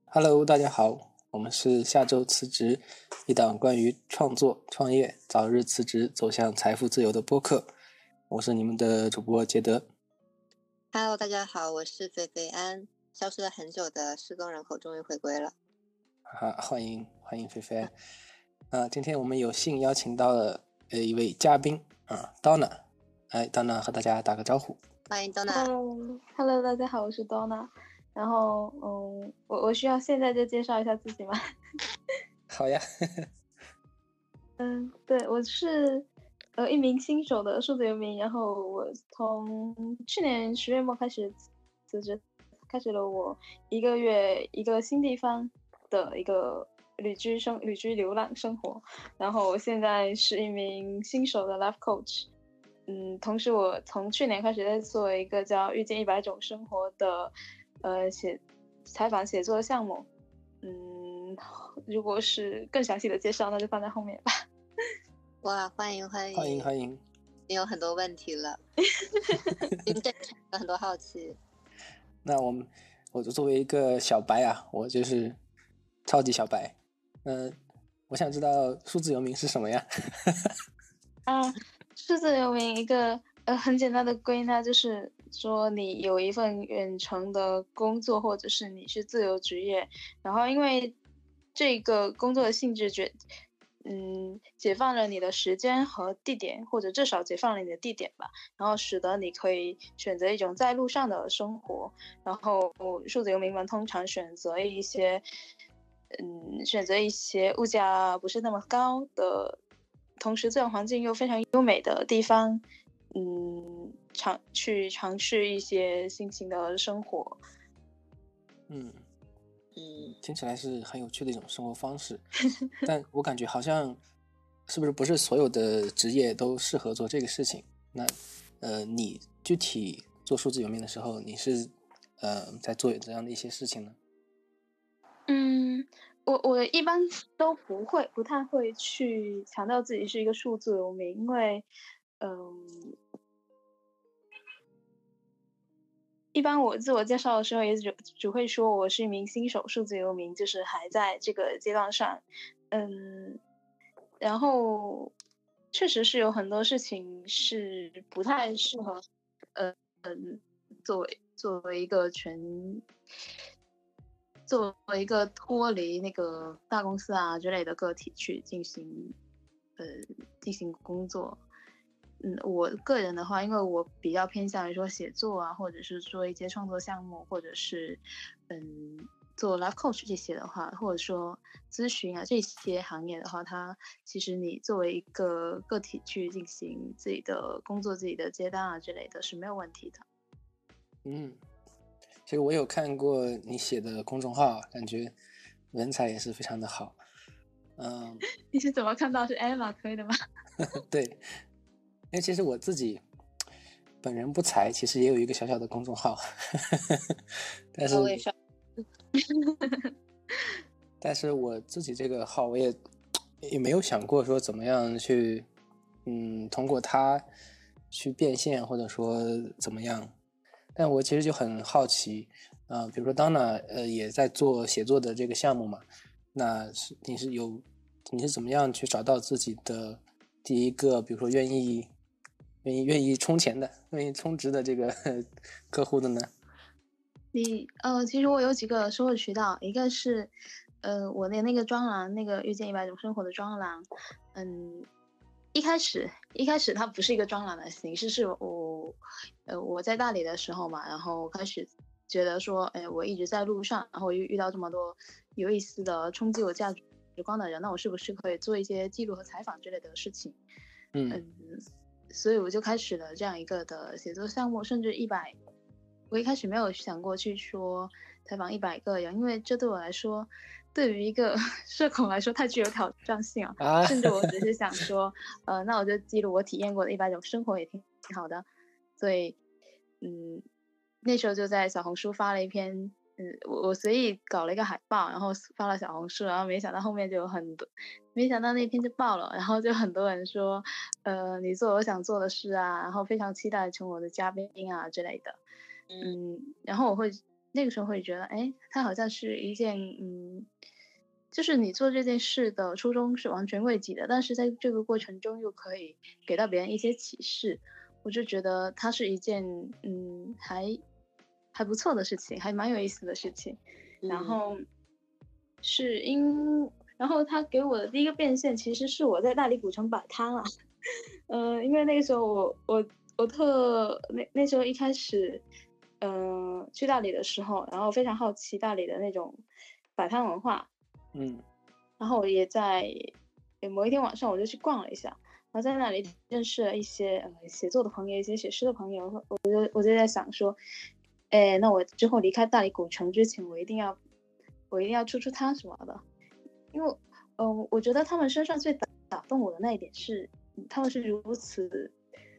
Hello，大家好，我们是下周辞职，一档关于创作、创业、早日辞职走向财富自由的播客。我是你们的主播杰德。 Hello，大家好，我是菲菲安，消失了很久的失踪人口终于回归了。 欢迎菲菲。今天我们有幸邀请到了一位嘉宾Donna。Donna 和大家打个招呼。 欢迎 Donna。 Hello， 大家好，我是 Donna。然后，我需要现在就介绍一下自己吗？ 好呀。 对，我是一名新手的数字游民，然后我从去年10月末开始辞职，开始了我1个月一个新地方的一个旅居流浪生活。然后我现在是一名新手的 life coach。同时我从去年开始在做一个叫遇见100种生活的采访写作项目。如果是更详细的介绍，那就放在后面吧。 哇，欢迎！你有很多问题了，有很多好奇。 那我作为一个小白啊，我就是超级小白。我想知道数字游民是什么呀？ 数字游民一个很简单的归纳就是说，你有一份远程的工作，或者是你是自由职业，然后因为这个工作的性质解放了你的时间和地点，或者至少解放了你的地点吧，然后使得你可以选择一种在路上的生活。然后数字游民们通常选择一些物价不是那么高的，同时自然环境又非常优美的地方，尝试一些新型的生活。 听起来是很有趣的一种生活方式。但我感觉好像不是所有的职业都适合做这个事情。那你具体做数字游民的时候，你是在做这样的一些事情呢？ 我一般都不太会去强调自己是一个数字游民，因为一般我自我介绍的时候也只会说我是一名新手数字游民，就是还在这个阶段上。然后确实是有很多事情是不太适合作为一个脱离那个大公司啊之类的个体去进行工作。我个人的话，因为我比较偏向于说写作啊，或者是做一些创作项目，或者是做 life coach 这些的话，或者说咨询啊这些行业的话，它其实你作为一个个体去进行自己的工作、自己的接单啊之类的是没有问题的。 其实我有看过你写的公众号，感觉文采也是非常的好。 你是怎么看到是 Emma 推的吗？ 对，因为其实我自己本人不才，其实也有一个小小的公众号。但是我自己这个号我也没有想过说怎么样去通过它去变现，或者说怎么样。但我其实就很好奇比如说 Donna 也在做写作的这个项目嘛，那你是怎么样去找到自己的第一个比如说愿意充钱的、愿意充值的这个客户的呢？ 其实我有几个收入渠道，一个是我的那个专栏，那个遇见100种生活的专栏。一开始它不是一个专栏的形式，是我在大理的时候嘛，然后开始觉得说，我一直在路上，然后遇到这么多有意思的冲击我价值观的人，那我是不是可以做一些记录和采访之类的事情？所以我就开始了这样一个的写作项目，甚至我一开始没有想过去说采访100个人，因为这对我来说，对于一个社恐来说太具有挑战性了。甚至我只是想说，那我就记录我体验过的100种生活也挺好的。所以，那时候就在小红书发了一篇，我随意搞了一个海报，然后发了小红书，然后没想到后面就有很多，没想到那篇就爆了，然后就很多人说，你做我想做的事啊，然后非常期待成为我的嘉宾啊之类的。然后我会那个时候会觉得，哎，它好像是一件就是你做这件事的初衷是完全为己的，但是在这个过程中又可以给到别人一些启示，我就觉得它是一件还不错的事情，还蛮有意思的事情。然后然后他给我的第一个变现其实是我在大理古城摆摊了。因为那个时候那时候一开始去大理的时候，然后非常好奇大理的那种摆摊文化，然后我也在某一天晚上我就去逛了一下，然后在那里认识了一些写作的朋友，一些写诗的朋友，我就在想说，那我之后离开大理古城之前，我一定要出摊什么的，因为我觉得他们身上最打动我的那一点是，他们是如此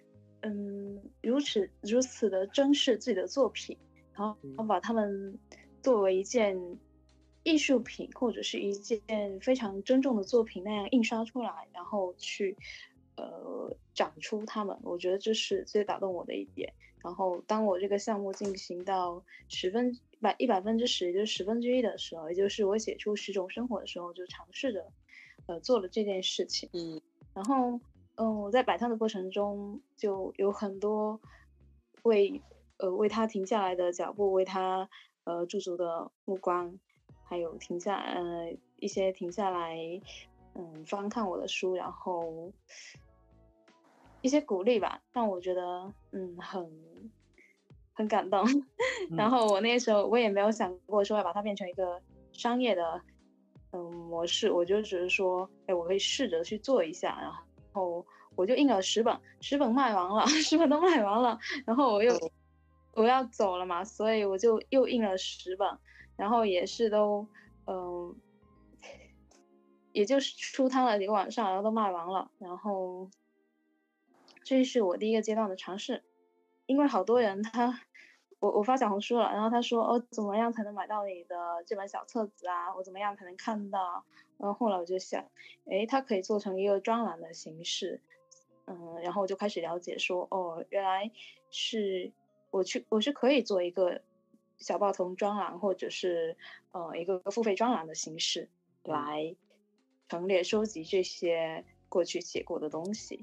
的珍视自己的作品，然后把他们作为一件艺术品或者是一件非常珍重的作品那样印刷出来，然后去展出他们，我觉得这是最打动我的一点。然后当我这个项目进行到100%，也就是1/10的时候，也就是我写出10种生活的时候，就尝试着做了这件事情。然后我在摆摊的过程中就有很多为他停下来的脚步，为他驻足的目光，还有一些停下来翻看我的书，然后一些鼓励吧，让我觉得很感动。然后我那个时候我也没有想过说要把它变成一个商业的模式，我就只是说我会试着去做一下，然后我就印了10本，10本卖完了，10本都卖完了，然后我要走了嘛，所以我就又印了10本，然后也是都也就是出摊了几个晚上，然后都卖完了，然后这是我第一个阶段的尝试。因为好多人我发小红书了，然后他说怎么样才能买到你的这本小册子啊，我怎么样才能看到，然后后来我就想它可以做成一个专栏的形式，然后我就开始了解说原来是我是可以做一个小报童专栏，或者是一个付费专栏的形式来陈列收集这些过去写过的东西。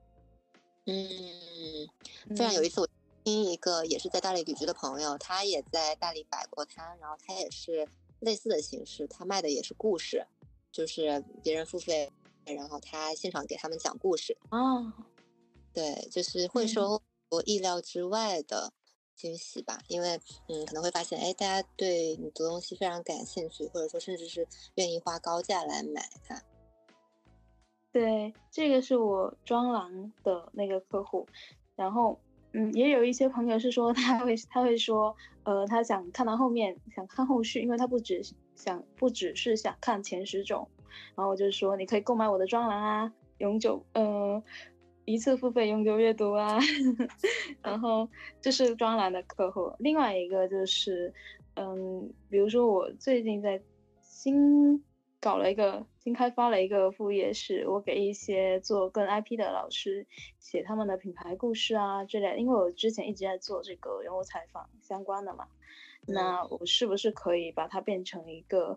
非常有意思。我听一个也是在大理旅居的朋友，他也在大理摆过摊，然后他也是类似的形式，他卖的也是故事，就是别人付费，然后他现场给他们讲故事。对，就是会收获意料之外的惊喜吧，因为可能会发现大家对你的东西非常感兴趣，或者说甚至是愿意花高价来买它。 对，这个是我专栏的那个客户，然后也有一些朋友是说他会说他想看到后面，想看后续，因为他不只是想看前10种，然后我就说你可以购买我的专栏啊，永久一次付费永久阅读啊。然后这是专栏的客户。另外一个就是比如说我最近在新开发了一个副业，是我给一些做跟 IP 的老师写他们的品牌故事啊之类的，因为我之前一直在做这个人物采访相关的嘛，那我是不是可以把它变成一个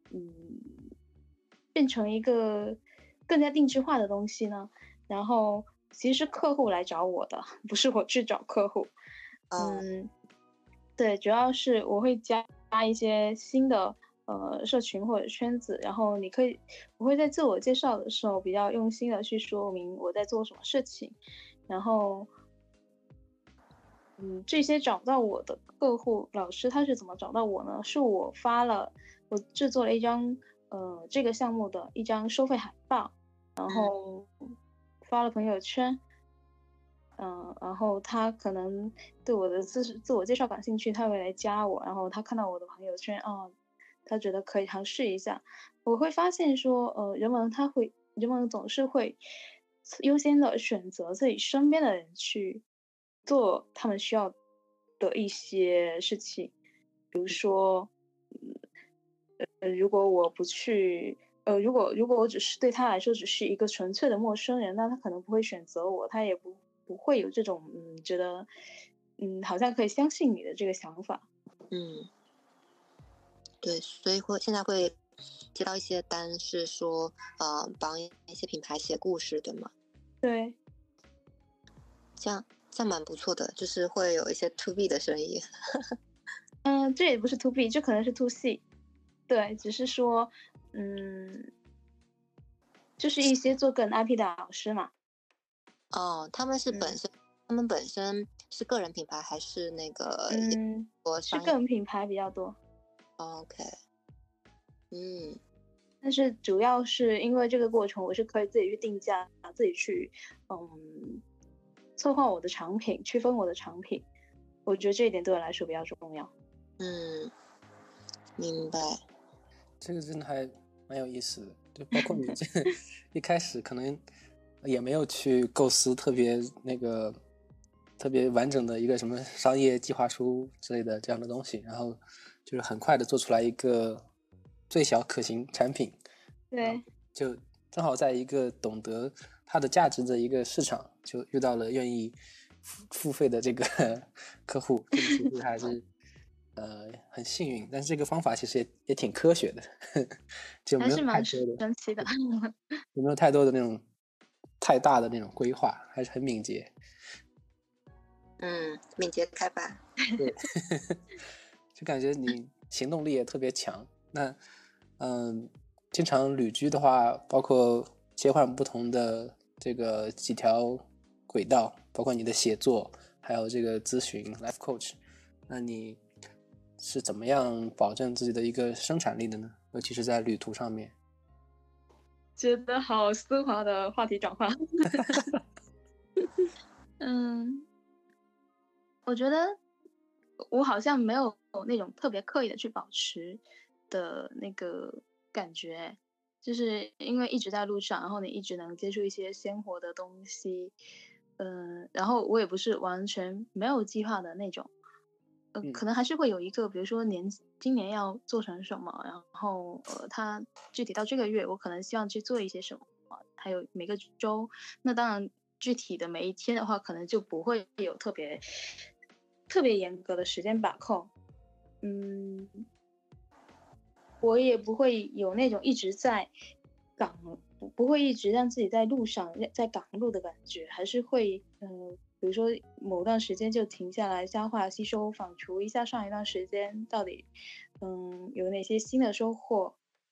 更加定制化的东西呢？然后其实是客户来找我的，不是我去找客户。对，主要是我会加一些新的社群或者圈子，然后我会在自我介绍的时候比较用心的去说明我在做什么事情，然后这些找到我的客户老师他是怎么找到我呢？是我制作了一张这个项目的一张收费海报，然后发了朋友圈，然后他可能对我的自我介绍感兴趣，他会来加我，然后他看到我的朋友圈，他觉得可以尝试一下。我会发现说，人们总是会优先的选择自己身边的人去做他们需要的一些事情，比如说，如果我不去。如果我对他来说只是一个纯粹的陌生人，那他可能不会选择我，他也不会有这种觉得好像可以相信你的这个想法。 对，所以现在会接到一些单，是说帮一些品牌写故事，对吗？ 对， 这样蛮不错的，就是会有一些 to B 的生意。 这也不是 to B，这可能是 to C。对，只是说，就是一些做个人 IP 的老师嘛。 哦，他们本身是个人品牌还是那个？ 是个人品牌比较多。 OK。 但是主要是因为这个过程，我是可以自己去定价，自己去策划我的产品，区分我的产品。我觉得这一点对我来说比较重要。 明白。 这个真的还蛮有意思的，就包括你这一开始可能也没有去构思特别完整的一个什么商业计划书之类的这样的东西，然后就是很快的做出来一个最小可行产品。 对， 就正好在一个懂得它的价值的一个市场，就遇到了愿意付费的这个客户，这个其实还是很幸运。但是这个方法其实也挺科学的，就没有还是蛮太多的神奇的。 有没有太多的那种太大的那种规划，还是很敏捷。 敏捷开发。 对，就感觉你行动力也特别强。那经常旅居的话，包括切换不同的这个几条轨道，包括你的写作，还有这个咨询 life coach， 那你是怎么样保证自己的一个生产力的呢？尤其是在旅途上面。 觉得好丝滑的话题转换。我觉得我好像没有那种特别刻意的去保持的那个感觉，就是因为一直在路上，然后你一直能接触一些鲜活的东西，然后我也不是完全没有计划的那种，可能还是会有一个，比如说今年要做成什么，然后它具体到这个月，我可能希望去做一些什么，还有每个周，那当然具体的每一天的话，可能就不会有特别严格的时间把控。我也不会有那种一直在不会一直让自己在路上在赶路的感觉，还是会比如说某段时间就停下来消化吸收反刍一下上一段时间到底有哪些新的收获。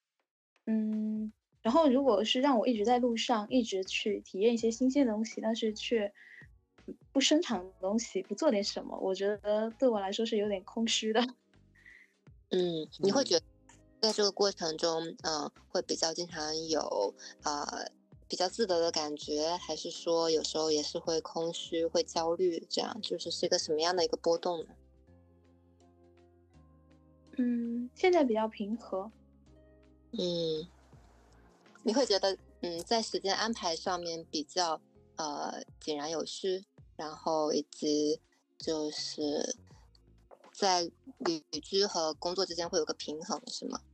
然后如果是让我一直在路上一直去体验一些新鲜的东西，但是却不生产的东西，不做点什么，我觉得对我来说是有点空虚的。 你会觉得在这个过程中会比较经常有比较自得的感觉，还是说有时候也是会空虚会焦虑，这样是一个什么样的一个波动呢？ 现在比较平和。 你会觉得在时间安排上面比较井然有序，然后以及就是在旅居和工作之间会有个平衡，是吗？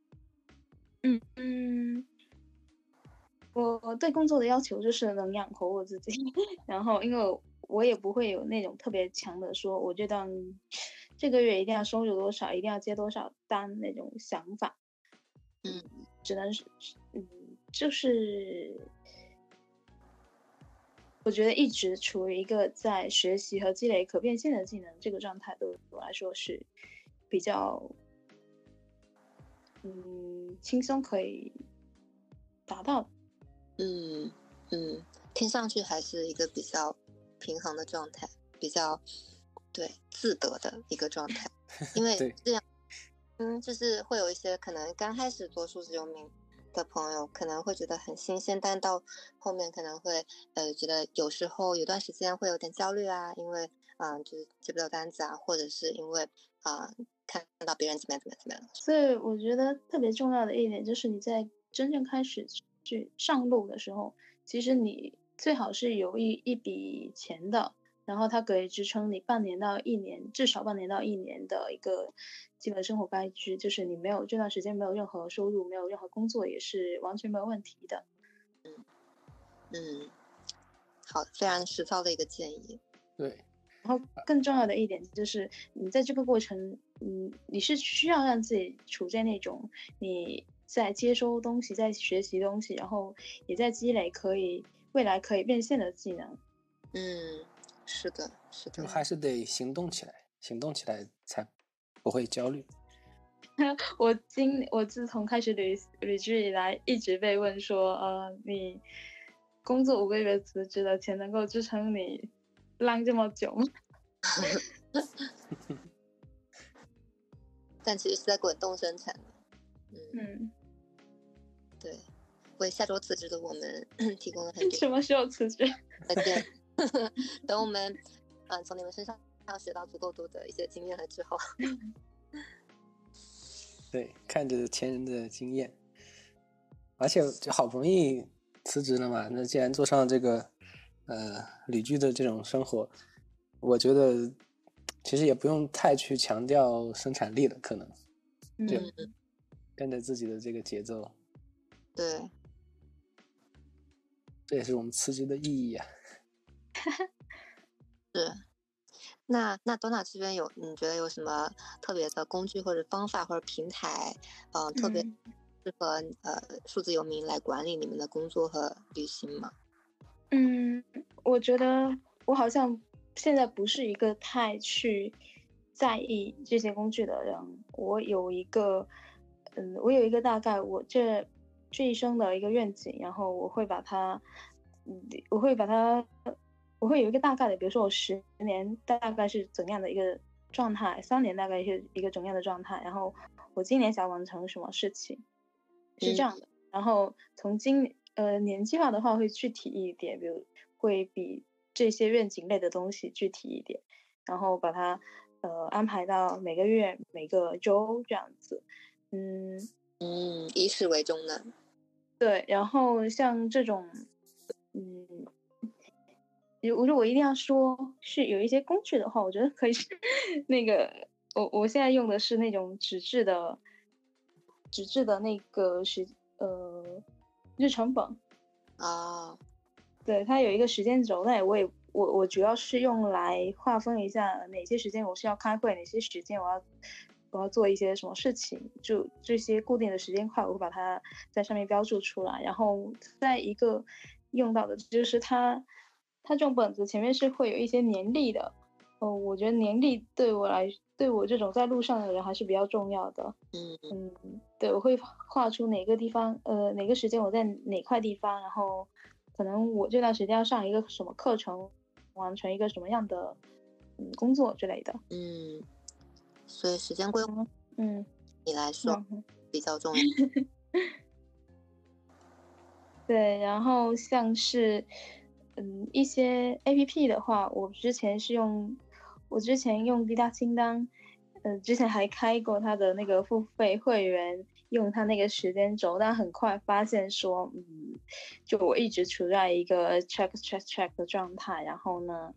我对工作的要求就是能养活我自己，然后因为我也不会有那种特别强的说我这个月一定要收入多少，一定要接多少单那种想法。只能是就是我觉得一直处于一个在学习和积累可变现的技能这个状态，对我来说是比较轻松可以达到的。 听上去还是一个比较平衡的状态，比较对自得的一个状态。因为这样就是会有一些可能刚开始做数字游民的朋友可能会觉得很新鲜，但到后面可能会觉得有时候有段时间会有点焦虑啊，因为就是接不到单子啊，或者是因为看到别人怎么样。 所以我觉得特别重要的一点就是你在真正开始去上路的时候，其实你最好是有一笔钱的，然后它可以支撑你半年到一年，至少半年到一年的一个基本生活开支，就是你没有这段时间没有任何收入，没有任何工作也是完全没有问题的。 好，非常实操的一个建议。 对， 然后更重要的一点就是你在这个过程，你是需要让自己处在那种你在接收东西，在学习东西，然后也在积累未来可以变现的技能。 是的，是的， 就还是得行动起来，行动起来才不会焦虑。 我自从开始旅居以来，一直被问说，你工作5个月辞职的钱能够支撑你浪这么久吗？ 但其实是在滚动生产的。对，为下周辞职的我们提供了很多。 什么时候辞职？ 再见。等我们从你们身上学到足够多的一些经验了之后。 对，看着前人的经验，而且就好不容易辞职了嘛，那既然做上这个旅居的这种生活，我觉得其实也不用太去强调生产力了，可能就跟着自己的这个节奏。 对， 这也是我们辞职的意义啊。 是。那 Donna 这边你觉得有什么特别的工具或者方法或者平台，特别适合数字游民来管理你们的工作和旅行吗？ 我觉得我好像现在不是一个太去在意这些工具的人。我有一个大概我这一生的一个愿景，然后我会有一个大概的，比如说我10年大概是怎样的一个状态，3年大概是一个怎样的状态，然后我今年想完成什么事情，是这样的。然后从年计划的话会具体一点，比如会比这些愿景类的东西具体一点，然后把它安排到每个月每个周这样子。 以始为终的。 对，然后像这种如果一定要说是有一些工具的话，我觉得可以是那个我现在用的是那种纸质的那个日程本。对，它有一个时间轴，那我主要是用来划分一下哪些时间我是要开会，哪些时间我要做一些什么事情，就这些固定的时间块，我会把它在上面标注出来。然后再一个用到的就是它这种本子前面是会有一些年历的。我觉得年历对我这种在路上的人还是比较重要的。对，我会画出哪个地方哪个时间我在哪块地方，然后可能我这段时间要上一个什么课程，完成一个什么样的工作之类的。 所以时间规划你来说比较重要。 对，然后像是一些 APP 的话，我之前用滴答清单，之前还开过他的那个付费会员，用他那个时间轴，但很快发现说，就我一直处在一个 check 的状态，然后呢，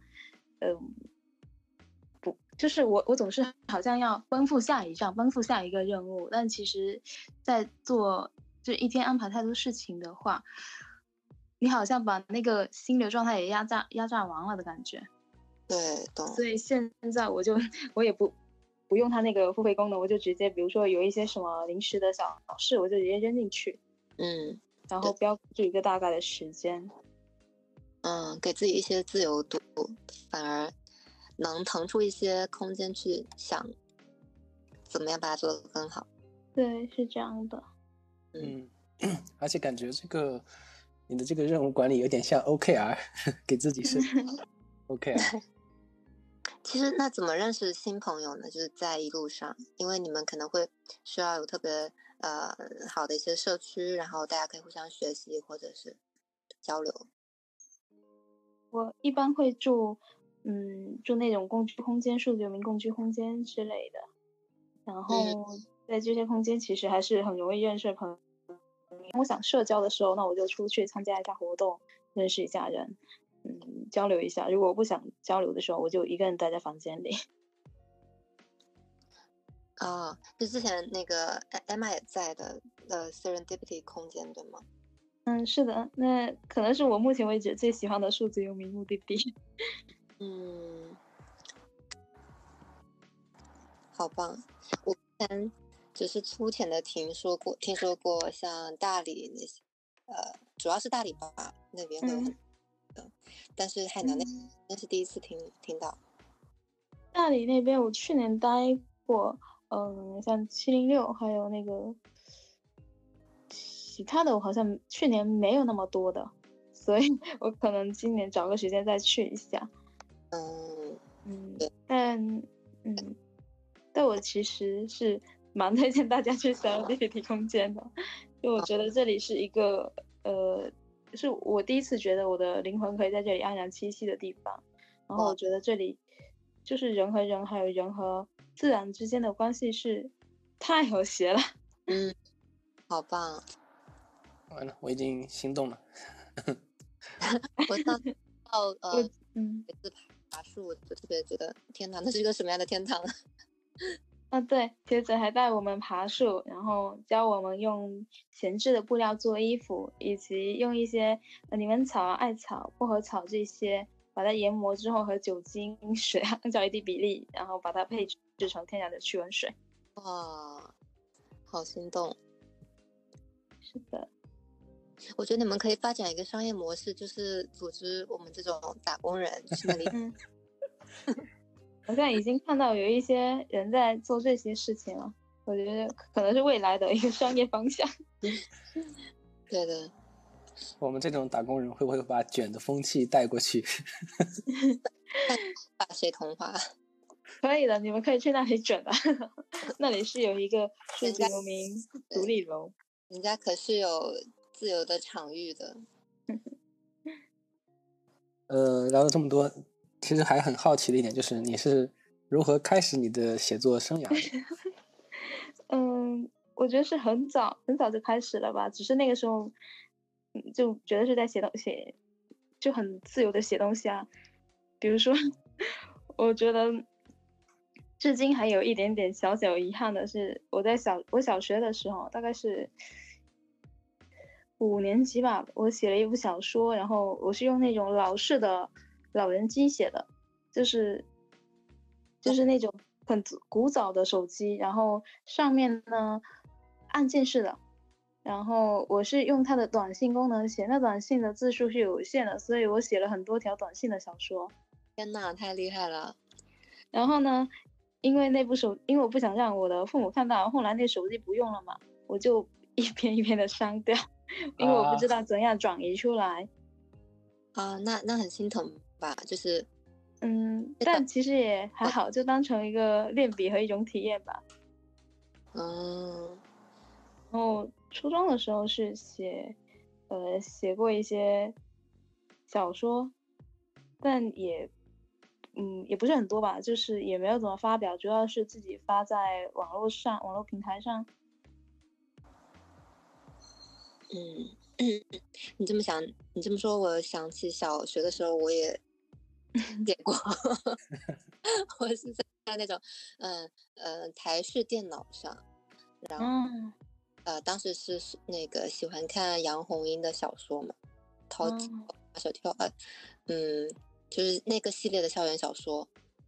不，就是我总是好像要奔赴下一站，奔赴下一个任务，但其实，在做就一天安排太多事情的话，你好像把那个心流状态也压榨完了的感觉。 对，懂。 所以现在我也不用它那个付费功能，我就直接比如说有一些什么临时的小事，我就直接扔进去，然后标注一个大概的时间。 给自己一些自由度，反而能腾出一些空间去想怎么样把它做得更好。 对，是这样的。 而且感觉你的这个任务管理有点像 OKR 给自己设OKR。 其实那怎么认识新朋友呢？就是在一路上，因为你们可能会需要有特别好的一些社区，然后大家可以互相学习或者是交流。 我一般会住那种共居空间、数字游民共居空间之类的，然后在这些空间其实还是很容易认识朋友。我想社交的时候，那我就出去参加一下活动，认识一下人，交流一下。如果我不想交流的时候，我就一个人待在房间里。 就之前那个 Emma 也在的Serendipity 空间对吗？ 是的，那可能是我目前为止最喜欢的数字游民目的地。 好棒！我之前只是粗浅的听说过像大理那些，主要是大理吧那边会有很但是海南那是第一次听到。 大理那边我去年待过，像706，还有那个其他的，我好像去年没有那么多的，所以我可能今年找个时间再去一下。但我其实是蛮推荐大家去 Serendipity 空间的，因为我觉得这里是一个是我第一次觉得我的灵魂可以在这里安然栖息的地方。然后我觉得这里就是人和人还有人和自然之间的关系是太和谐了。 好棒！ 完了，我已经心动了。 我上次到爬树，我就特别觉得天堂，那是一个什么样的天堂？ 对，接着还带我们爬树，然后教我们用闲置的布料做衣服，以及用一些柠檬草、艾草、薄荷草这些，把它研磨之后和酒精、水按照一定比例，然后把它配制成天然的驱蚊水。 哇，好心动！ 是的， 我觉得你们可以发展一个商业模式，就是组织我们这种打工人去那里。 我现在已经看到有一些人在做这些事情了，我觉得可能是未来的一个商业方向。 对的， 我们这种打工人会不会把卷的风气带过去？ 把谁同化？ 可以的，你们可以去那里卷的。那里是有一个数字游民独立楼， 人家可是有自由的场域的。 聊了这么多，其实还很好奇的一点就是你是如何开始你的写作生涯的？ 我觉得是很早很早就开始了吧，只是那个时候就觉得是在写就很自由的写东西啊。比如说我觉得至今还有一点点小小遗憾的是，我小学的时候，大概是5年级吧，我写了一部小说，然后我是用那种老式的老人机写的，就是那种很古早的手机，然后上面呢按键式的，然后我是用它的短信功能写，那短信的字数是有限的，所以我写了很多条短信的小说。 天哪，太厉害了！ 然后呢，因为我不想让我的父母看到，后来那手机不用了嘛，我就一篇一篇的删掉，因为我不知道怎样转移出来。 那很心疼吧？就是但其实也还好，就当成一个练笔和一种体验吧。然后初中的时候是写过一些小说，但也不是很多吧，就是也没有怎么发表，主要是自己发在网络平台上。 你这么说，我想起小学的时候我也写过，我是在那种台式电脑上，然后当时是那个喜欢看杨红樱的小说嘛，淘气马小跳就是那个系列的校园小说，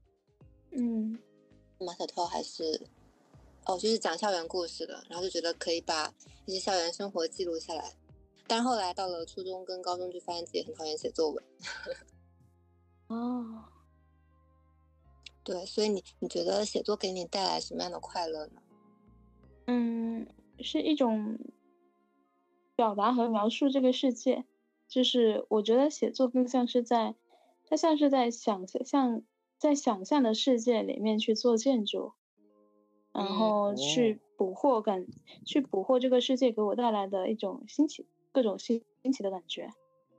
马小跳还是就是讲校园故事的，然后就觉得可以把那些校园生活记录下来。但是后来到了初中跟高中，就发现自己很讨厌写作文。对，所以你觉得写作给你带来什么样的快乐呢？ 是一种表达和描述这个世界，就是我觉得写作更像是在想象的世界里面去做建筑，然后去捕获这个世界给我带来的一种各种新奇的感觉。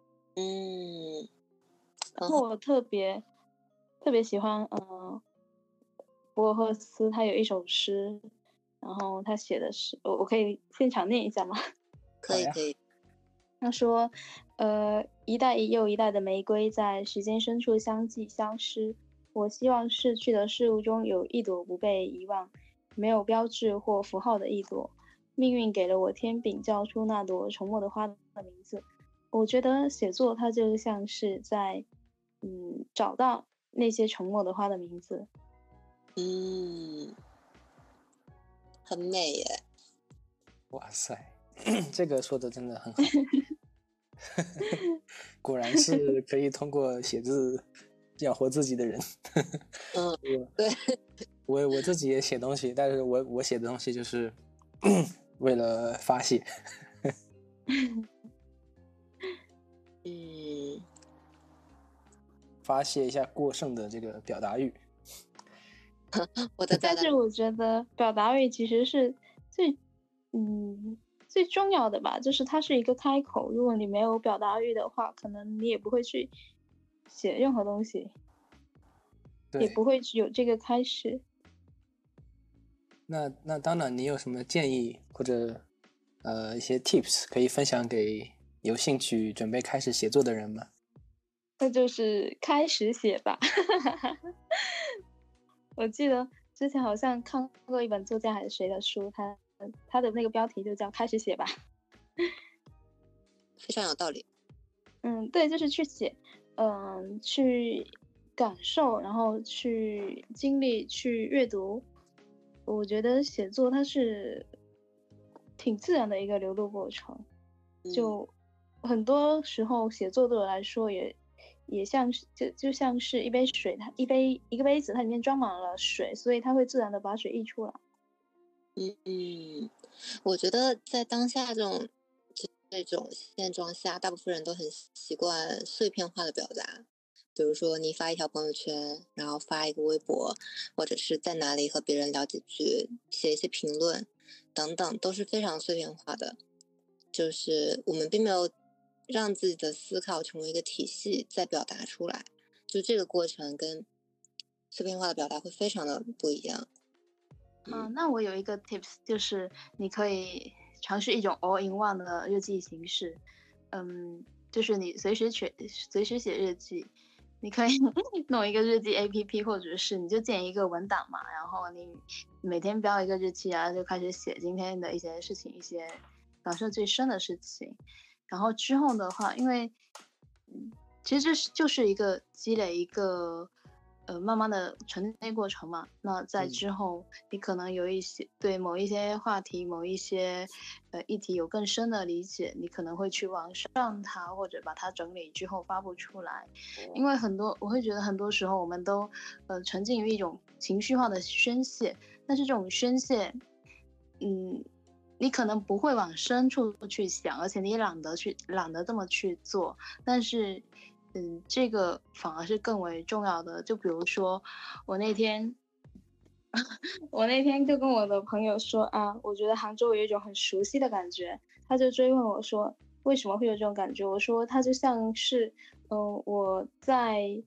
然后我特别喜欢博尔赫斯，他有一首诗，然后他写的是我可以现场念一下吗？ 可以。 他说一代又一代的玫瑰在时间深处相继消失，我希望逝去的事物中有一朵不被遗忘，没有标志或符号的一朵。命运给了我天柄，叫出那朵沉默的花的名字。我觉得写作它就像是在找到那些沉默的花的名字。 很美耶。 哇塞，这个说的真的很好。果然是可以通过写字养活自己的人。 对， 我自己也写东西，但是我写的东西就是为了发泄。发泄一下过剩的这个表达欲。 但是我觉得表达欲其实是最重要的吧，就是它是一个开口。如果你没有表达欲的话，可能你也不会去写任何东西，也不会有这个开始。 那当然，你有什么建议或者一些 tips 可以分享给有兴趣准备开始写作的人吗？ 那就是开始写吧。我记得之前好像看过一本作家还是谁的书，他的那个标题就叫开始写吧。 非常有道理。 对，就是去写，去感受，然后去经历，去阅读。我觉得写作它是挺自然的一个流露过程，就很多时候写作对我来说也像是就像是一杯水，它一个杯子，它里面装满了水，所以它会自然的把水溢出来。 我觉得在当下这种现状下，大部分人都很习惯碎片化的表达。比如说你发一条朋友圈，然后发一个微博，或者是在哪里和别人聊几句，写一些评论等等，都是非常碎片化的。就是我们并没有让自己的思考成为一个体系再表达出来，就这个过程跟碎片化的表达会非常的不一样。 那我有一个 tips， 就是你可以尝试一种 all in one 的日记形式。就是你随时写日记。你可以弄一个日记 APP， 或者是你就建一个文档嘛，然后你每天标一个日期啊，就开始写今天的一些事情，一些感受最深的事情。然后之后的话，因为其实这就是一个积累，一个慢慢的沉淀过程嘛。那在之后，你可能有一些对某一些话题、某一些议题有更深的理解，你可能会去网上它，或者把它整理之后发布出来。因为我会觉得很多时候我们都沉浸于一种情绪化的宣泄，但是这种宣泄，你可能不会往深处去想，而且你也懒得这么去做。但是这个反而是更为重要的。就比如说我那天就跟我的朋友说啊，我觉得杭州有一种很熟悉的感觉。他就追问我说为什么会有这种感觉。我说它就像是我在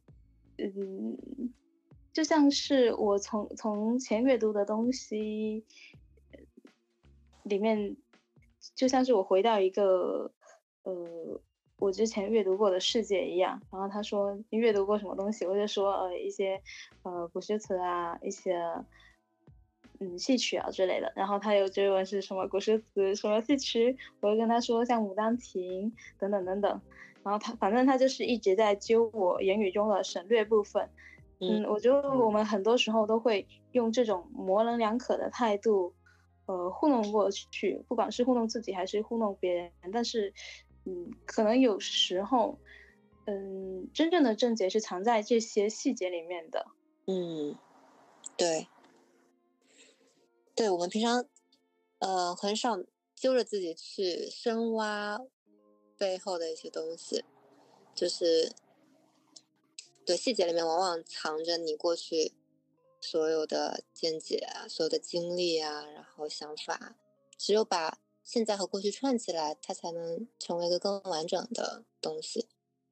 就像是我从前阅读的东西里面，就像是我回到一个我之前阅读过的世界一样。然后他说你阅读过什么东西？我就说一些古诗词啊，一些戏曲啊之类的。然后他又追问是什么古诗词，什么戏曲，我就跟他说像《牡丹亭》等等等等。然后反正他就是一直在揪我言语中的省略部分。我觉得我们很多时候都会用这种模棱两可的态度糊弄过去，不管是糊弄自己还是糊弄别人。但是可能有时候真正的症结是藏在这些细节里面的。 对，我们平常很少揪着自己去深挖背后的一些东西，就是对细节里面往往藏着你过去所有的见解啊，所有的经历啊，然后想法，只有把现在和过去串起来，它才能成为一个更完整的东西。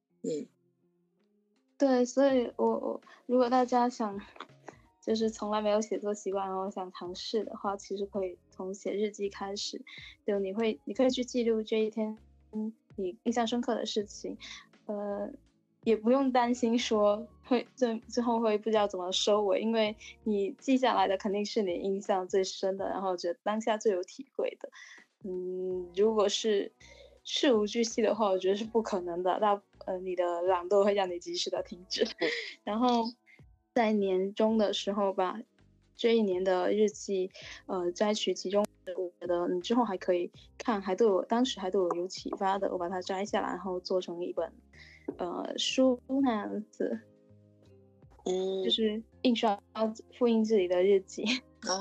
对，所以我如果大家想就是从来没有写作习惯，然后想尝试的话，其实可以从写日记开始。就你可以去记录这一天你印象深刻的事情，也不用担心说最后会不知道怎么收尾，因为你记下来的肯定是你印象最深的，然后觉得当下最有体会的。如果是事无巨细的话，我觉得是不可能的。你的懒惰会让你及时的停止。然后在年终的时候吧， 这一年的日记，摘取其中，我觉得你之后还可以看，当时还对我有启发的，我把它摘下来，然后做成一本书那样子，就是印刷复印自己的日记。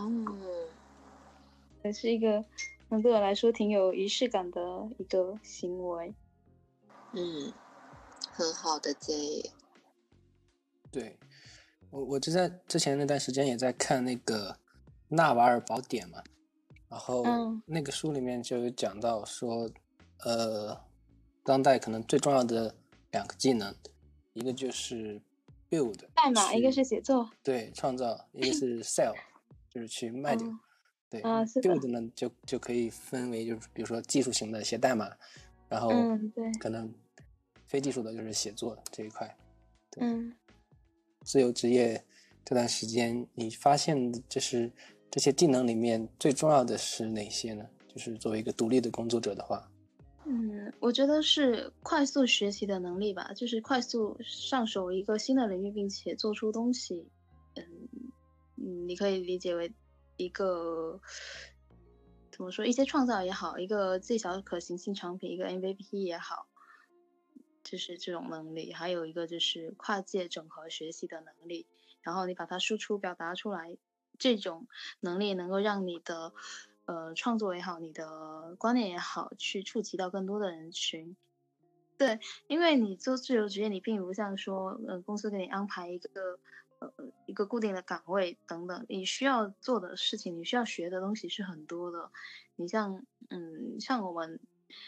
也是一个对我来说挺有仪式感的一个行为。 很好的建议。 对，我之前那段时间也在看那个《纳瓦尔宝典》嘛，然后那个书里面就有讲到说，当代可能最重要的2个技能，一个就是 build 代码，一个是写作， 对，创造，一个是 sell 就是去卖掉。对，build 呢就可以分为就是比如说技术型的写代码，然后可能非技术的就是写作这一块。对，自由职业这段时间，你发现就是这些技能里面最重要的是哪些呢？就是作为一个独立的工作者的话， 我觉得是快速学习的能力吧，就是快速上手一个新的领域，并且做出东西。你可以理解为一个怎么说，一些创造也好，一个最小可行性产品，一个 MVP 也好，就是这种能力。还有一个就是跨界整合学习的能力，然后你把它输出表达出来，这种能力能够让你的创作也好，你的观念也好，去触及到更多的人群。对，因为你做自由职业，你并不像说公司给你安排一个固定的岗位等等，你需要做的事情，你需要学的东西是很多的。你像我们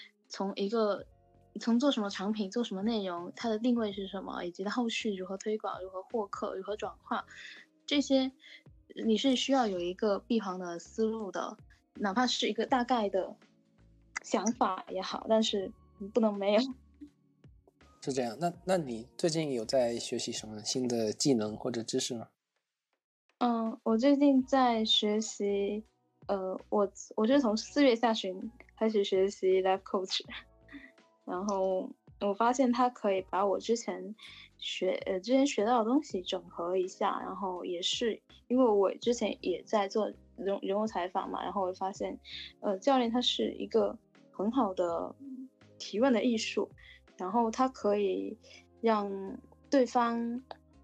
从做什么产品，做什么内容，它的定位是什么，以及它后续如何推广，如何获客，如何转化，这些你是需要有一个闭环的思路的，哪怕是一个大概的想法也好，但是你不能没有。 是这样。那你最近有在学习什么新的技能或者知识吗？ 我最近在学习，我是从4月下旬开始学习 Life Coach， 然后我发现它可以把我之前学到的东西整合一下，然后也是因为我之前也在做人物采访嘛，然后我发现，教练他是一个很好的提问的艺术。然后它可以让对方，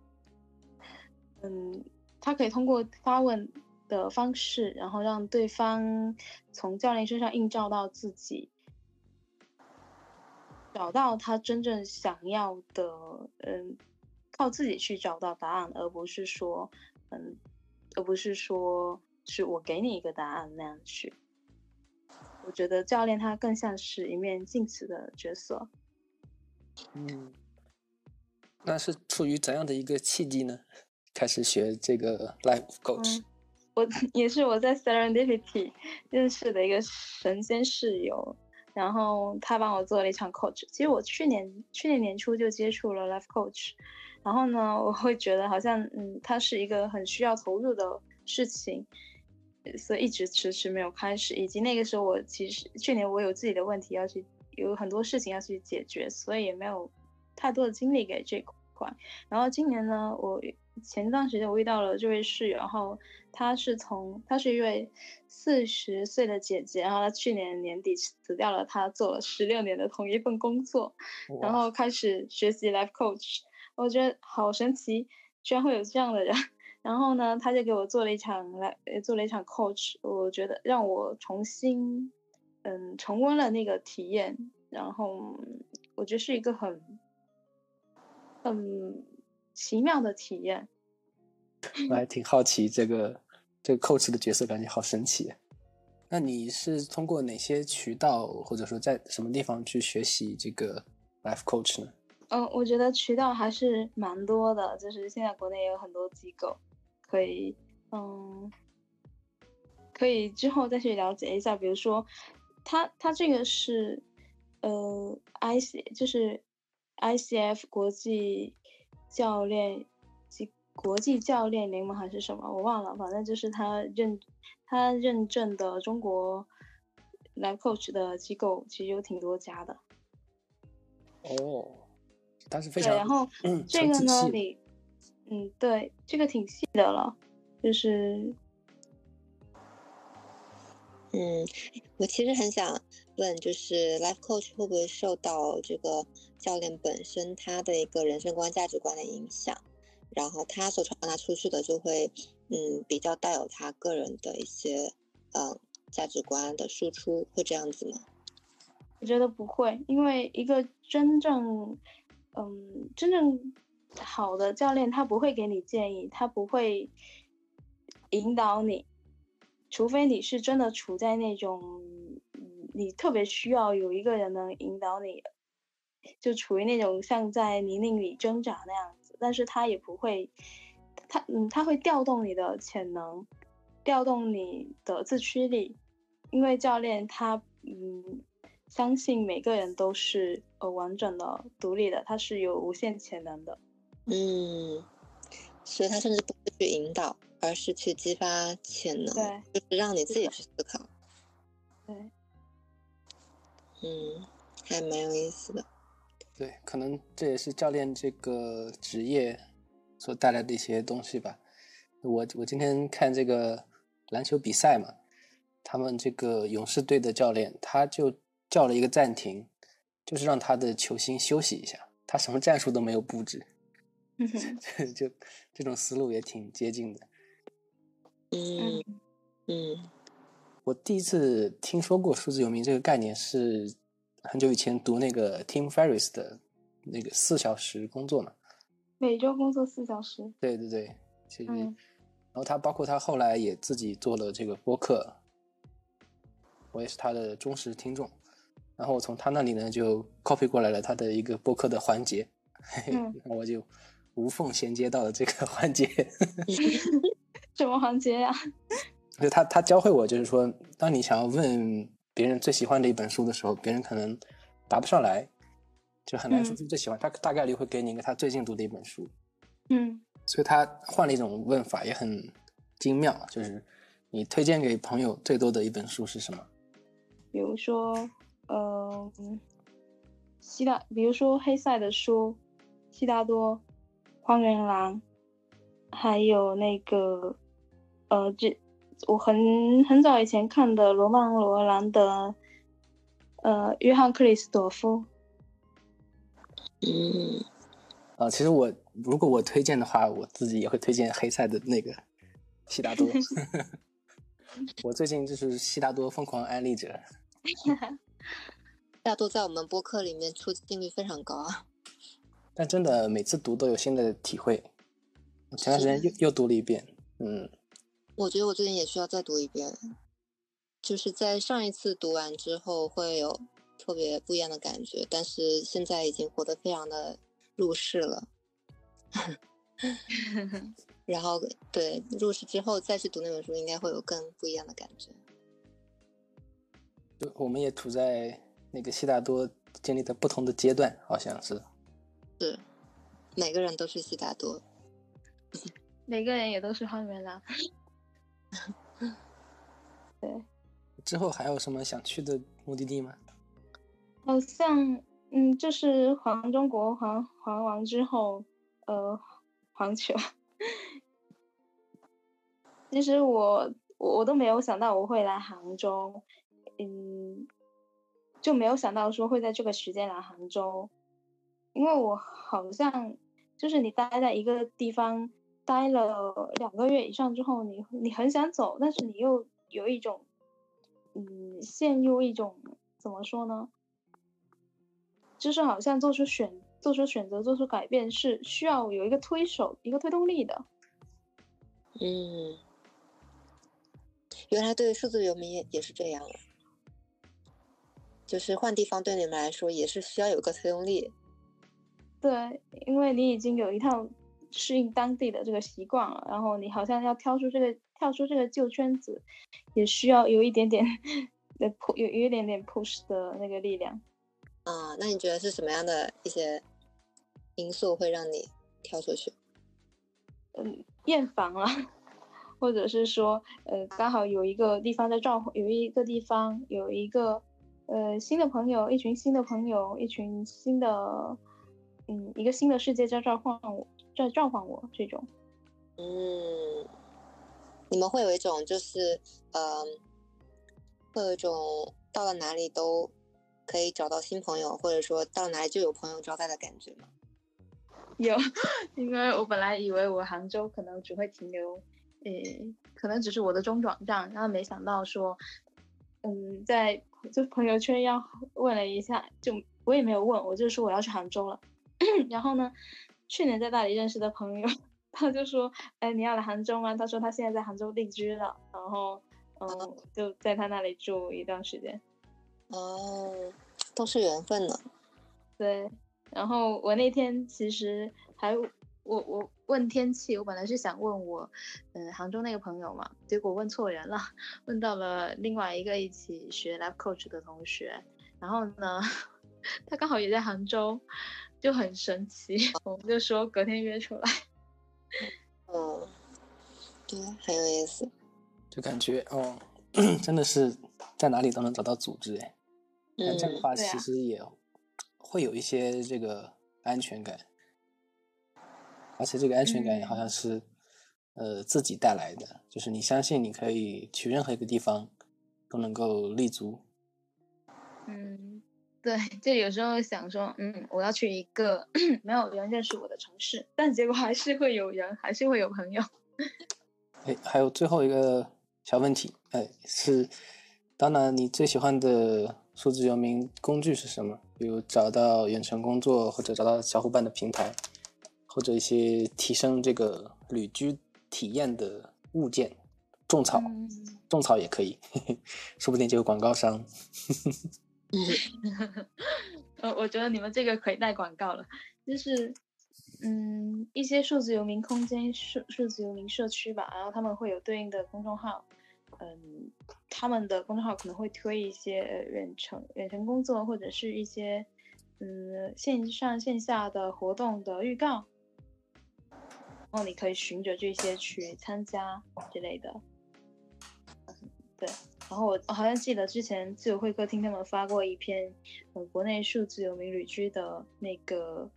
他可以通过发问的方式，然后让对方从教练身上映照到自己，找到他真正想要的，靠自己去找到答案，而不是说是我给你一个答案那样去。我觉得教练他更像是一面镜子的角色。 那是出于怎样的一个契机呢？开始学这个 Life Coach？ 我在 Serendipity 认识的一个神仙室友，然后他帮我做了一场 coach。其实我去年年初就接触了 Life Coach， 然后呢，我会觉得好像它是一个很需要投入的事情，所以一直迟迟没有开始。以及那个时候其实去年我有自己的问题有很多事情要去解决，所以也没有太多的精力给这块。然后今年呢，前段时间我遇到了这位室友，然后她是一位40岁的姐姐，然后她去年年底辞掉了她做了16年的同一份工作，然后开始学习 Life Coach。我觉得好神奇，居然会有这样的人。然后呢，他就给我做了一场 coach， 我觉得让我重新重温了那个体验，然后我觉得是一个很奇妙的体验。 我还挺好奇这个 coach 的角色，感觉好神奇。那你是通过哪些渠道，或者说在什么地方去学习这个 Life Coach 呢？ 我觉得渠道还是蛮多的，就是现在国内也有很多机构可以之后再去了解一下。比如说他这个是就是ICF 国际教练联盟还是什么我忘了，反正就是他认证的中国 Life Coach 的机构其实有挺多家的。它是非常对，然后这个呢，对，这个挺细的了， 就是我其实很想问，就是 life coach 会不会受到这个教练本身他的一个人生观、价值观的影响，然后他所传达出去的就会比较带有他个人的一些价值观的输出，会这样子吗？ 我觉得不会，因为一个真正好的教练，他不会给你建议，他不会引导你，除非你是真的处在那种你特别需要有一个人能引导你，就处于那种像在泥泞里挣扎那样子，但是他也不会，他会调动你的潜能，调动你的自驱力，因为教练他相信每个人都是完整的、独立的，他是有无限潜能的。 所以他甚至不是去引导，而是去激发潜能， 对， 就是让你自己去思考。 对， 还蛮有意思的。 对，可能这也是教练这个职业所带来的一些东西吧。我今天看这个篮球比赛嘛，他们这个勇士队的教练他就叫了一个暂停，就是让他的球星休息一下，他什么战术都没有布置。就这种思路也挺接近的。我第一次听说过数字游民这个概念是很久以前读那个 Tim Ferriss 的那个4小时工作嘛， 每周工作4小时。 对对对，其实然后他包括他后来也自己做了这个播客，我也是他的忠实听众，然后我从他那里呢就 copy 过来了他的一个播客的环节，然后我就无缝衔接到了这个环节。 什么环节呀？ 就他教会我，就是说当你想要问别人最喜欢的一本书的时候，别人可能答不上来，就很难说出最喜欢，他大概率会给你一个他最近读的一本书。所以他换了一种问法也很精妙，就是你推荐给朋友最多的一本书是什么？ 比如说比如说黑塞的书，悉达多、荒原狼，还有那个我很早以前看的罗曼·罗兰的约翰·克里斯朵夫。 其实如果我推荐的话，我自己也会推荐黑塞的那个悉达多。我最近就是悉达多疯狂安利者。 悉达多在我们播客里面出镜率非常高啊， 但真的每次读都有新的体会。我前段时间又读了一遍。 我觉得我最近也需要再读一遍，就是在上一次读完之后会有特别不一样的感觉，但是现在已经活得非常的入世了。然后对入世之后再去读那本书，应该会有更不一样的感觉。 我们也处在那个悉达多经历的不同的阶段，好像是每个人都是悉达多， 每个人也都是荒原狼。对， 之后还有什么想去的目的地吗？ 好像就是环中国环完之后环球。其实我都没有想到我会来杭州，就没有想到说会在这个时间来杭州，因为我好像就是你待在一个地方待了2个月以上之后，你很想走，但是你又有一种陷入一种怎么说呢，就是好像做出选择做出改变是需要有一个推手一个推动力的。 原来对数字游民也是这样，就是换地方对你们来说也是需要有个推动力。 对，因为你已经有一套适应当地的这个习惯了，然后你好像要跳出这个旧圈子，也需要有一点点的有一点点 push 的那个力量。 那你觉得是什么样的一些因素会让你跳出去？ 厌烦了，或者是说刚好有一个地方有一个新的朋友，一群新的朋友，一群新的一个新的世界在召唤我这种。 你们会有一种就是会有一种到了哪里都可以找到新朋友，或者说到了哪里就有朋友招待的感觉吗？ 有，因为我本来以为我杭州可能只会停留，可能只是我的中转站，然后没想到说，在就朋友圈要问了一下，就我也没有问，我就说我要去杭州了。然后呢，去年在大理认识的朋友，他就说，哎，你要来杭州吗？他说他现在在杭州定居了，然后就在他那里住一段时间。 哦，都是缘分呢。 对，然后我那天其实还我问天气，我本来是想问我杭州那个朋友嘛，结果问错人了，问到了另外一个一起学 Life Coach 的同学，然后呢，他刚好也在杭州，就很神奇，我们就说隔天约出来。 对，很有意思。 就感觉真的是在哪里都能找到组织哎。但这样的话， 对啊其实也会有一些这个安全感，而且这个安全感也好像是自己带来的，就是你相信你可以去任何一个地方都能够立足。 对，就有时候想说，我要去一个没有人认识我的城市，但结果还是会有人，还是会有朋友。 还有最后一个小问题，是，当然你最喜欢的数字游民工具是什么？比如找到远程工作，或者找到小伙伴的平台，或者一些提升这个旅居体验的物件，种草，种草也可以，说不定就有广告商。 我觉得你们这个可以带广告了，就是一些数字游民空间、数字游民社区吧，然后他们会有对应的公众号，他们的公众号可能会推一些远程工作或者是一些线上线下的活动的预告，然后你可以循着这些去参加之类的。对，然后我好像记得之前自由会客厅他们发过一篇，国内数字游民旅居的那个，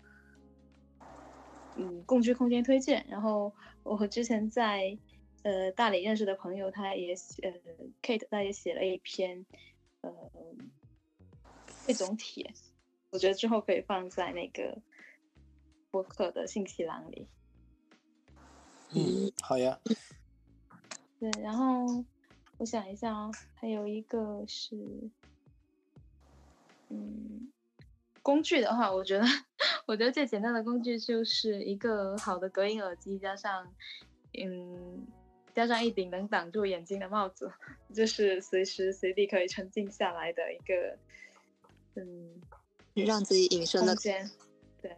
共居空间推荐。然后我和之前在大理认识的朋友，他也Kate 他也写了一篇汇总帖，我觉得之后可以放在那个播客的信息栏里。 好呀。 对，然后我想一下啊，还有一个是，工具的话，我觉得最简单的工具就是一个好的隔音耳机，加上一顶能挡住眼睛的帽子，就是随时随地可以沉浸下来的一个让自己隐身的空间。对，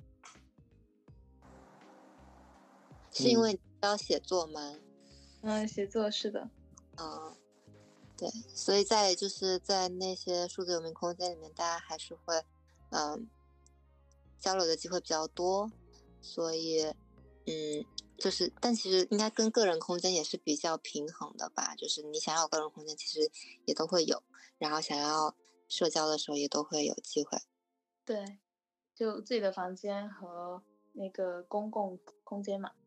是因为你要写作吗？ 写作是的。 对，所以在那些数字游民空间里面，大家还是会交流的机会比较多，所以但其实应该跟个人空间也是比较平衡的吧，就是你想要个人空间其实也都会有，然后想要社交的时候也都会有机会。 对，就自己的房间和那个公共空间嘛。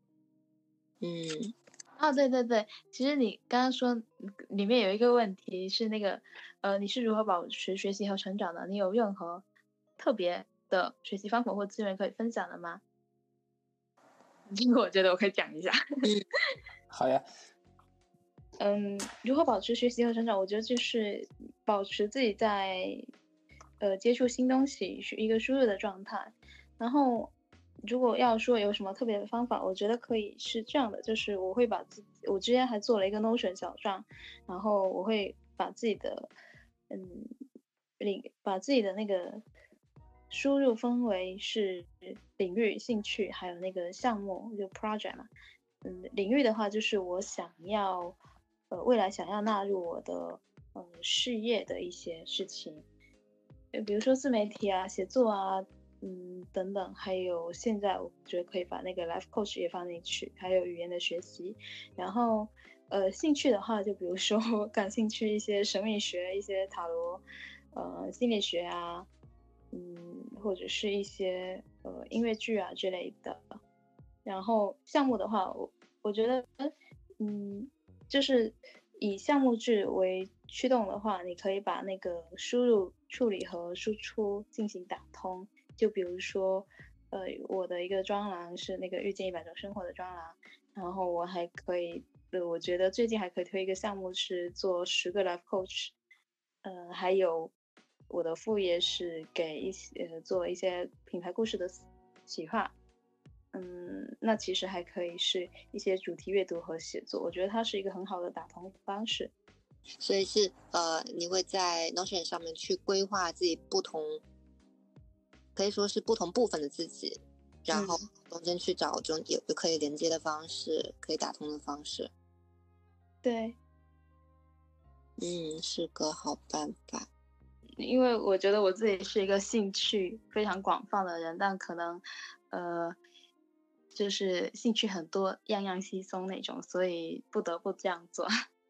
对对对，其实你刚刚说里面有一个问题是那个你是如何保持学习和成长的？你有任何特别的学习方法或资源可以分享的吗？这个我觉得我可以讲一下。 好呀。 如何保持学习和成长？我觉得就是保持自己在接触新东西是一个输入的状态。然后如果要说有什么特别的方法，我觉得可以是这样的，就是我之前还做了一个 Notion 小账，然后我会把自己的那个输入分为是领域、兴趣，还有那个项目，就 project 嘛。领域的话就是我想要未来想要纳入我的事业的一些事情，比如说自媒体啊、写作啊，等等，还有现在我觉得可以把那个 life coach 也放进去，还有语言的学习。然后兴趣的话，就比如说我感兴趣一些神秘学、一些塔罗、心理学啊，或者是一些音乐剧啊之类的。然后项目的话，我觉得就是以项目制为驱动的话，你可以把那个输入、处理和输出进行打通。就比如说，我的一个专栏是那个遇见100种生活的专栏，然后我还可以，我觉得最近还可以推一个项目是做10个 life coach，还有我的副业是给做一些品牌故事的企划。那其实还可以是一些主题阅读和写作，我觉得它是一个很好的打通方式。 所以是你会在 Notion 上面去规划自己不同，可以说是不同部分的自己，然后中间去找有可以连接的方式，可以打通的方式。 对， 是个好办法。 因为我觉得我自己是一个兴趣非常广泛的人，但可能就是兴趣很多，样样稀松那种，所以不得不这样做。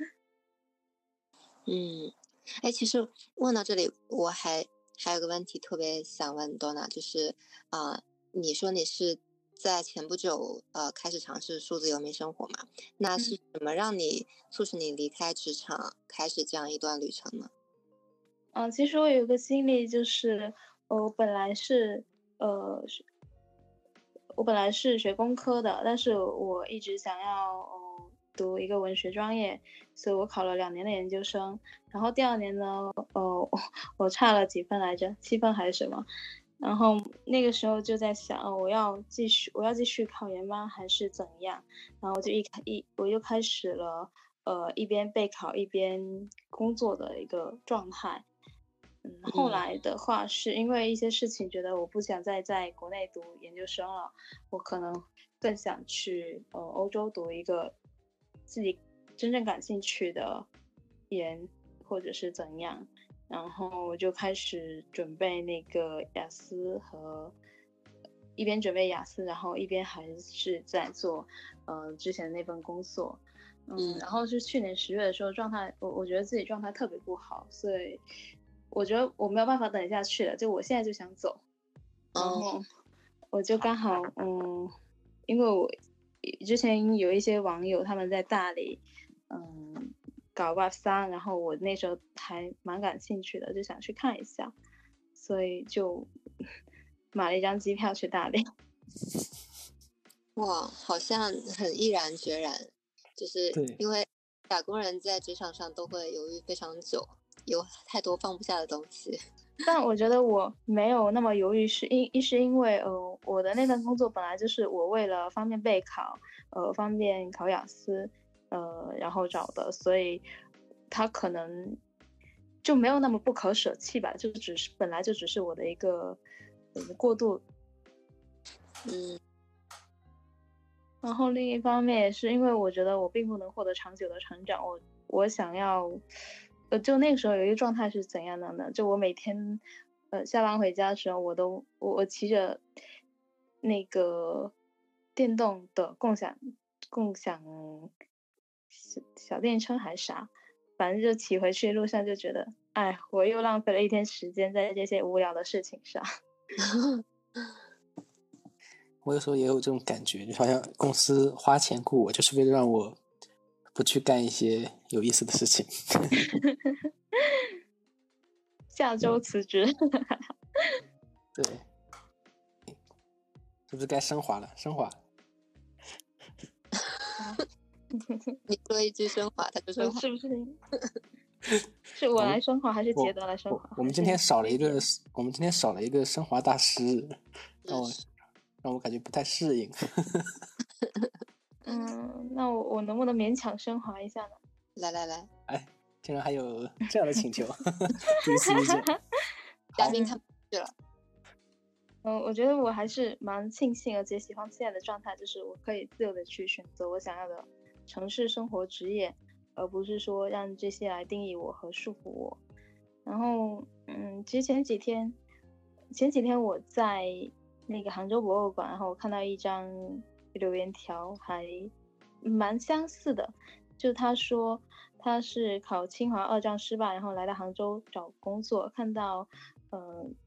其实问到这里，我还有个问题特别想问 Donna， 就是你说你是在前不久开始尝试数字游民生活嘛？那是什么让你促使你离开职场，开始这样一段旅程呢？ 其实我有个经历，就是我本来是学工科的，但是我一直想要读一个文学专业，所以我考了2年的研究生。然后第2年呢，我差了几分来着，7分还是什么？然后那个时候就在想，我要继续考研吗，还是怎样？然后我就开始了一边备考一边工作的一个状态。后来的话是因为一些事情，觉得我不想再在国内读研究生了，我可能更想去欧洲读一个自己真正感兴趣的研，或者是怎样。然后我就开始准备那个雅思，和一边准备雅思，然后一边还是在做之前的那份工作。然后是去年10月的时候，我觉得自己状态特别不好，所以我觉得我没有办法等下去了，就我现在就想走。然后我就刚好因为我之前有一些网友他们在大理搞 Web3，然后我那时候还蛮感兴趣的，就想去看一下，所以就买了一张机票去大理。 哇，好像很毅然决然，就是因为打工人在职场上都会犹豫非常久，有太多放不下的东西。 但我觉得我没有那么犹豫，是因为我的那份工作本来就是我为了方便备考，方便考雅思，然后找的，所以他可能就没有那么不可舍弃吧，就本来就只是我的一个过渡。然后另一方面也是因为我觉得我并不能获得长久的成长，我想要，就那个时候有一个状态是怎样的呢？就我每天，下班回家的时候，我骑着那个电动的共享小电车还是啥，反正就骑回去路上就觉得，哎，我又浪费了一天时间在这些无聊的事情上。 我有时候也有这种感觉，就好像公司花钱雇我，就是为了让我不去干一些有意思的事情。 下周辞职。 对，是不是该升华了？升华。 你说一句升华，他就升华， 是不是？是我来升华，还是杰德来升华？ 我们今天少了一个升华大师，让我感觉不太适应。 那我能不能勉强升华一下呢？ 来， 哎，竟然还有这样的请求，第一次遇见。 嘉宾他们去了。 我觉得我还是蛮庆幸而且喜欢现在的状态，就是我可以自由的去选择我想要的城市生活职业，而不是说让这些来定义我和束缚我。然后其实前几天我在那个杭州博物馆，然后我看到一张留言条还蛮相似的，就他说他是考清华2战失败，然后来到杭州找工作，看到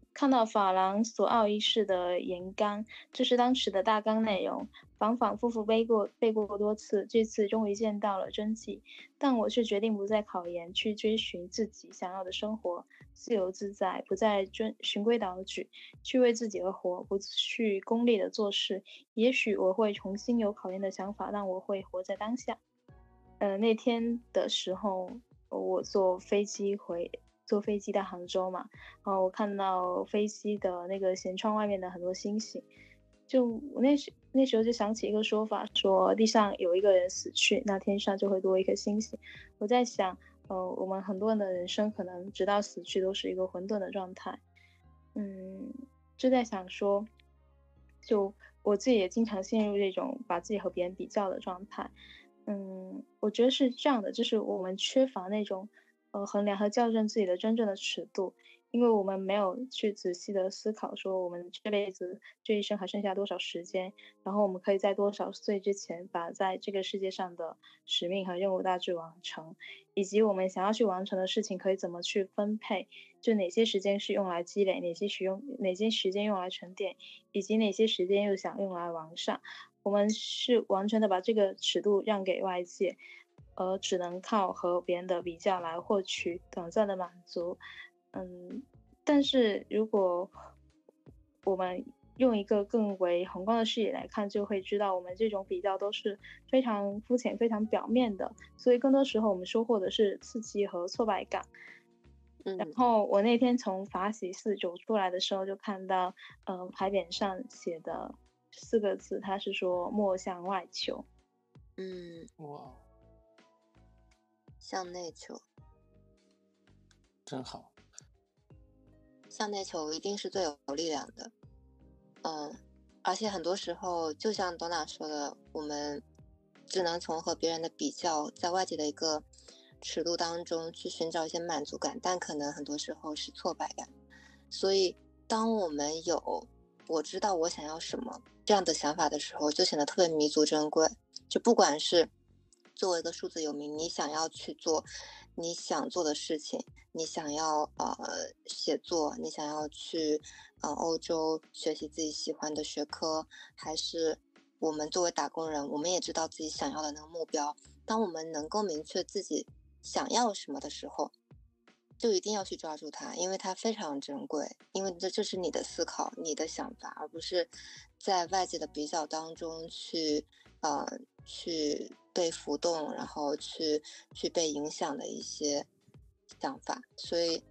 看到法郎索奥一世的言纲，这是当时的大纲内容，反反复复背过多次，这次终于见到了真迹。但我却决定不再考研，去追寻自己想要的生活，自由自在，不再循规蹈矩，去为自己而活，不去功利的做事。也许我会重新有考研的想法，但我会活在当下。那天的时候，我坐飞机到杭州嘛，然后我看到飞机的那个舷窗外面的很多星星，就我那时候就想起一个说法，说地上有一个人死去，那天上就会多一颗星星。我在想，我们很多人的人生可能直到死去都是一个混沌的状态，就在想说，就我自己也经常陷入这种把自己和别人比较的状态。我觉得是这样的，就是我们缺乏那种衡量和校正自己的真正的尺度，因为我们没有去仔细的思考说我们这辈子这一生还剩下多少时间，然后我们可以在多少岁之前把在这个世界上的使命和任务大致完成，以及我们想要去完成的事情可以怎么去分配，就哪些时间是用来积累，哪些时间用来沉淀，以及哪些时间又想用来完善。我们是完全的把这个尺度让给外界，而只能靠和别人的比较来获取短暂的满足。但是如果我们用一个更为宏观的视野来看，就会知道我们这种比较都是非常肤浅、非常表面的，所以更多时候我们收获的是刺激和挫败感。然后我那天从法喜寺走出来的时候，就看到牌匾上写的4个字，他是说莫向外求。 哇， 向内求， 真好。 向内求一定是最有力量的。而且很多时候就像多娜说的，我们只能从和别人的比较，在外界的一个尺度当中去寻找一些满足感，但可能很多时候是挫败感。所以当我们有我知道我想要什么这样的想法的时候，就显得特别弥足珍贵。就不管是作为一个数字游民，你想要去做你想做的事情，你想要写作，你想要去欧洲学习自己喜欢的学科，还是我们作为打工人，我们也知道自己想要的那个目标。当我们能够明确自己想要什么的时候，就一定要去抓住它，因为它非常珍贵，因为这是你的思考，你的想法，而不是在外界的比较当中去被浮动，然后去被影响的一些想法。所以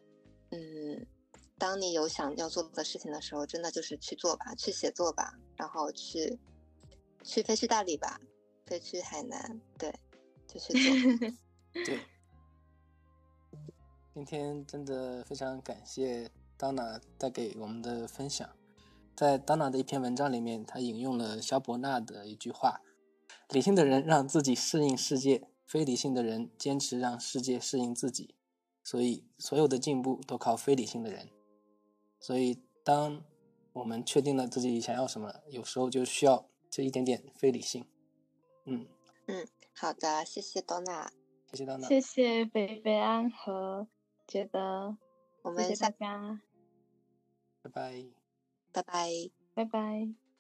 当你有想要做的事情的时候，真的就是去做吧，去写作吧，然后去飞去大理吧，飞去海南，对，就去做。 对，今天真的非常感谢 Donna 带给我们的分享。在 Donna 的一篇文章里面，他引用了萧伯纳的一句话：理性的人让自己适应世界，非理性的人坚持让世界适应自己。所以所有的进步都靠非理性的人。所以当我们确定了自己想要什么，有时候就需要这一点点非理性。 好的，谢谢多娜， 谢谢 Donna， 谢谢北安和觉得， 我们谢谢大家， 拜拜， 拜拜。 拜拜。